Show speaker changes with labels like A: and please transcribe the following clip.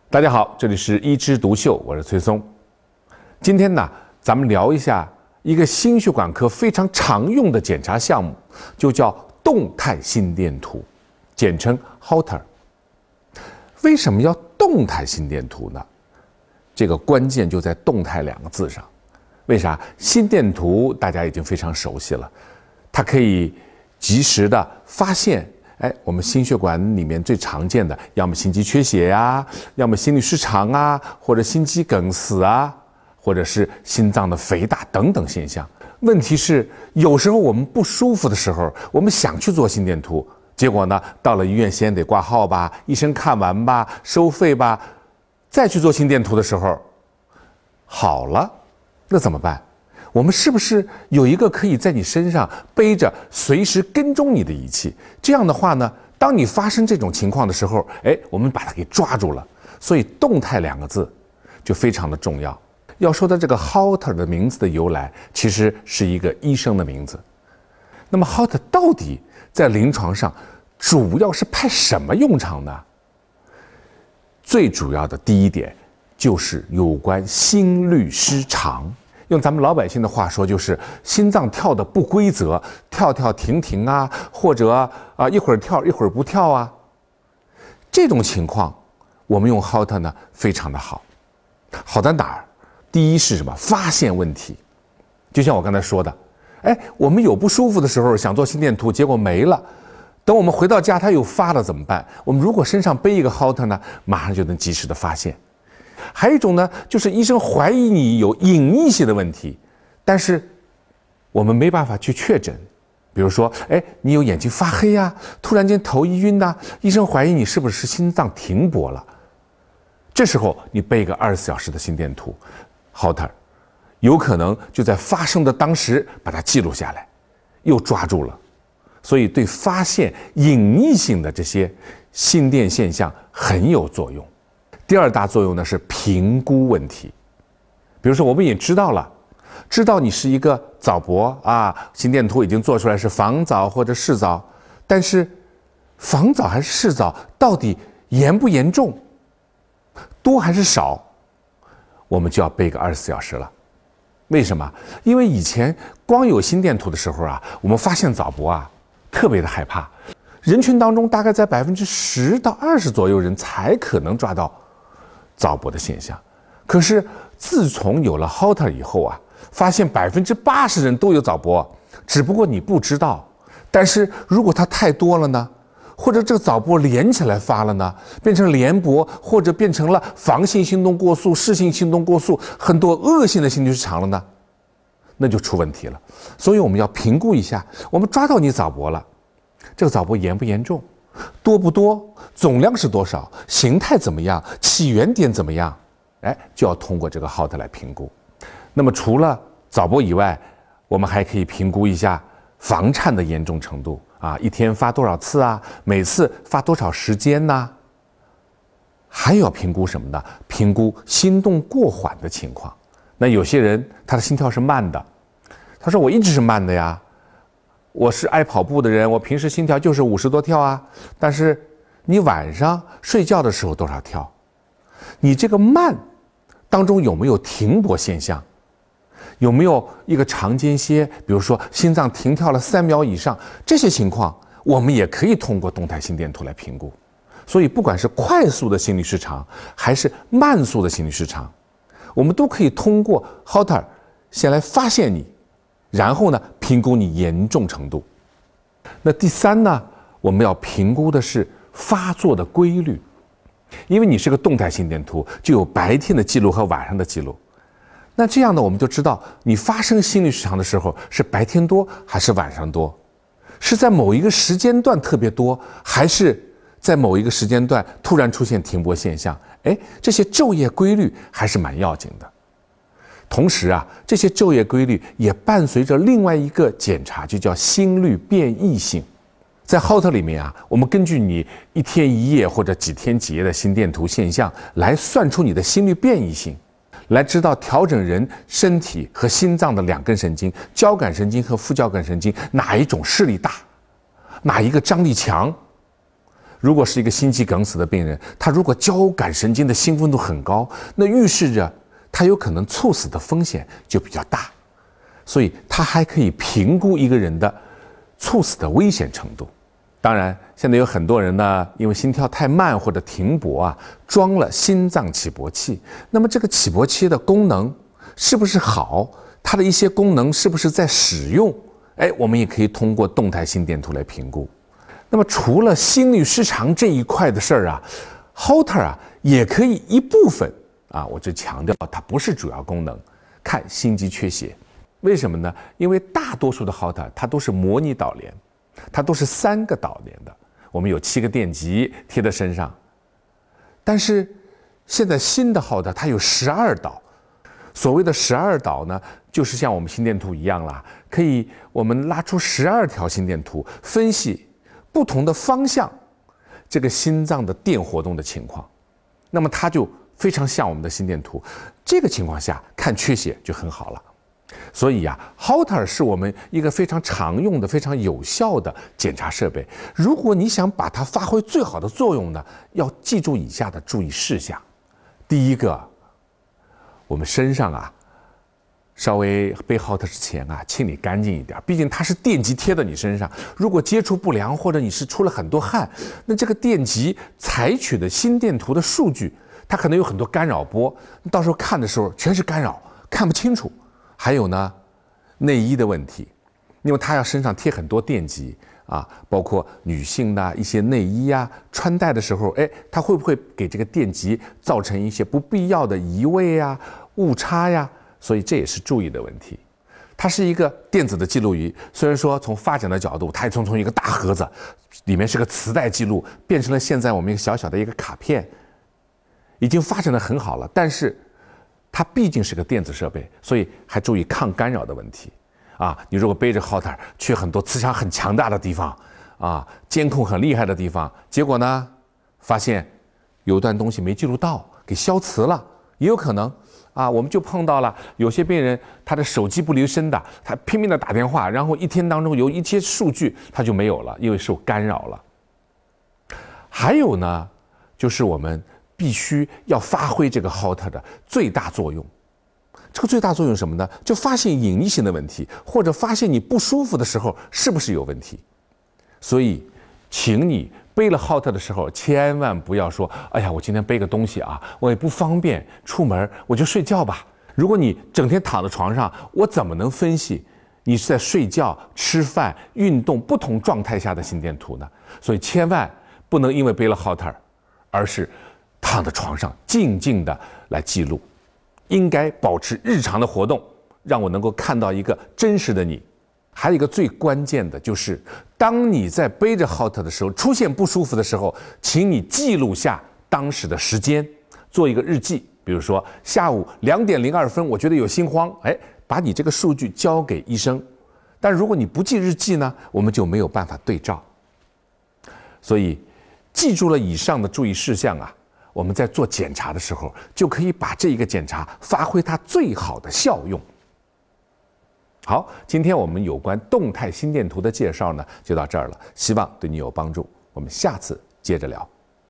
A: 大家好，这里是一枝独秀，我是崔松。今天呢，咱们聊一下一个心血管科非常常用的检查项目，就叫动态心电图，简称 Holter。为什么要动态心电图呢？这个关键就在“动态”两个字上。为啥？心电图大家已经非常熟悉了，它可以及时的发现。我们心血管里面最常见的，要么心肌缺血呀，要么心律失常啊，或者心肌梗死啊，或者是心脏的肥大等等现象。问题是，有时候我们不舒服的时候，我们想去做心电图，结果呢，到了医院先得挂号吧，医生看完吧，收费吧，再去做心电图的时候，好了，那怎么办？我们是不是有一个可以在你身上背着随时跟踪你的仪器？这样的话呢，当你发生这种情况的时候，我们把它给抓住了。所以动态两个字就非常的重要。要说到这个 Holter 的名字的由来，其实是一个医生的名字。那么 Holter 到底在临床上主要是派什么用场呢？最主要的第一点就是有关心律失常。用咱们老百姓的话说，就是心脏跳的不规则，跳跳停停啊，或者一会儿跳一会儿不跳啊。这种情况，我们用 Holter 呢非常的好。好在哪儿？第一是什么？发现问题。就像我刚才说的，我们有不舒服的时候想做心电图，结果没了。等我们回到家，它又发了怎么办？我们如果身上背一个 Holter 呢，马上就能及时的发现。还有一种呢，就是医生怀疑你有隐匿性的问题，但是我们没办法去确诊。比如说，你有眼睛发黑啊，突然间头一晕呐，医生怀疑你是不是心脏停搏了。这时候你背个24小时的心电图 Holter， 有可能就在发生的当时把它记录下来，又抓住了。所以对发现隐匿性的这些心电现象很有作用。第二大作用呢是评估问题，比如说我们也知道你是一个早搏啊，心电图已经做出来是房早或者室早，但是房早还是室早到底严不严重，多还是少，我们就要背个24小时了。为什么？因为以前光有心电图的时候啊，我们发现早搏啊特别的害怕，人群当中大概在10%到20%左右人才可能抓到早搏的现象。可是自从有了 Holter 以后啊，发现80%人都有早搏，只不过你不知道。但是如果它太多了呢，或者这个早搏连起来发了呢，变成联搏，或者变成了房性心动过速、室性心动过速，很多恶性的心律失常了呢，那就出问题了。所以我们要评估一下，我们抓到你早搏了，这个早搏严不严重，多不多，总量是多少，形态怎么样，起源点怎么样，就要通过这个 Holter 来评估。那么除了早搏以外，我们还可以评估一下房颤的严重程度啊，一天发多少次啊，每次发多少时间呢？还要评估什么呢？评估心动过缓的情况。那有些人他的心跳是慢的，他说我一直是慢的呀，我是爱跑步的人，我平时心跳就是50多跳啊，但是你晚上睡觉的时候多少跳？你这个慢当中有没有停搏现象？有没有一个长间歇？比如说心脏停跳了3秒以上，这些情况我们也可以通过动态心电图来评估。所以不管是快速的心律失常还是慢速的心律失常，我们都可以通过 Holter 先来发现你，然后呢评估你严重程度。那第三呢，我们要评估的是发作的规律。因为你是个动态心电图，就有白天的记录和晚上的记录。那这样呢，我们就知道你发生心律失常的时候是白天多还是晚上多，是在某一个时间段特别多，还是在某一个时间段突然出现停搏现象。这些昼夜规律还是蛮要紧的。同时啊，这些昼夜规律也伴随着另外一个检查，就叫心律变异性。在 Holter 里面啊，我们根据你1天1夜或者几天几夜的心电图现象来算出你的心律变异性，来知道调整人身体和心脏的2根神经，交感神经和副交感神经哪一种势力大，哪一个张力强。 如果是一个心肌梗死的病人，他如果交感神经的兴奋度很高，那预示着他有可能猝死的风险就比较大，所以他还可以评估一个人的猝死的危险程度。当然，现在有很多人呢，因为心跳太慢或者停搏啊，装了心脏起搏器。那么这个起搏器的功能是不是好？它的一些功能是不是在使用？我们也可以通过动态心电图来评估。那么除了心律失常这一块的事儿啊 ，Holter 啊也可以一部分啊，我就强调它不是主要功能，看心肌缺血。为什么呢？因为大多数的 Holter 它都是模拟导联，它都是3个导联的，我们有7个电极贴在身上。但是现在新的 Holter 它有12导，所谓的12导呢，就是像我们心电图一样啦，可以我们拉出12条心电图，分析不同的方向这个心脏的电活动的情况，那么它就非常像我们的心电图。这个情况下看缺血就很好了。所以Holter 是我们一个非常常用的、非常有效的检查设备。如果你想把它发挥最好的作用呢，要记住以下的注意事项。第一个，我们身上稍微背 Holter 之前清理干净一点，毕竟它是电极贴在你身上，如果接触不良或者你是出了很多汗，那这个电极采取的心电图的数据，它可能有很多干扰波，到时候看的时候全是干扰，看不清楚。还有呢，内衣的问题，因为它要身上贴很多电极包括女性的一些内衣穿戴的时候，它会不会给这个电极造成一些不必要的移位误差所以这也是注意的问题。它是一个电子的记录仪，虽然说从发展的角度，它也从一个大盒子里面是个磁带记录，变成了现在我们一个小小的一个卡片，已经发展得很好了，但是它毕竟是个电子设备，所以还注意抗干扰的问题你如果背着 Holter 去很多磁场很强大的地方监控很厉害的地方，结果呢发现有段东西没记录到，给消磁了，也有可能我们就碰到了有些病人他的手机不离身的，他拼命的打电话，然后一天当中有一些数据他就没有了，因为受干扰了。还有呢，就是我们必须要发挥这个 Holter 的最大作用。这个最大作用是什么呢？就发现隐匿性的问题，或者发现你不舒服的时候是不是有问题。所以请你背了 Holter 的时候，千万不要说哎呀，我今天背个东西我也不方便出门，我就睡觉吧。如果你整天躺在床上，我怎么能分析你是在睡觉、吃饭、运动不同状态下的心电图呢？所以千万不能因为背了 Holter， 而是躺在床上静静的来记录，应该保持日常的活动，让我能够看到一个真实的你。还有一个最关键的就是，当你在背着 Holter 的时候出现不舒服的时候，请你记录下当时的时间，做一个日记。比如说下午2点02分，我觉得有心慌，把你这个数据交给医生。但如果你不记日记呢，我们就没有办法对照。所以记住了以上的注意事项我们在做检查的时候，就可以把这一个检查发挥它最好的效用。好，今天我们有关动态心电图的介绍呢，就到这儿了，希望对你有帮助。我们下次接着聊。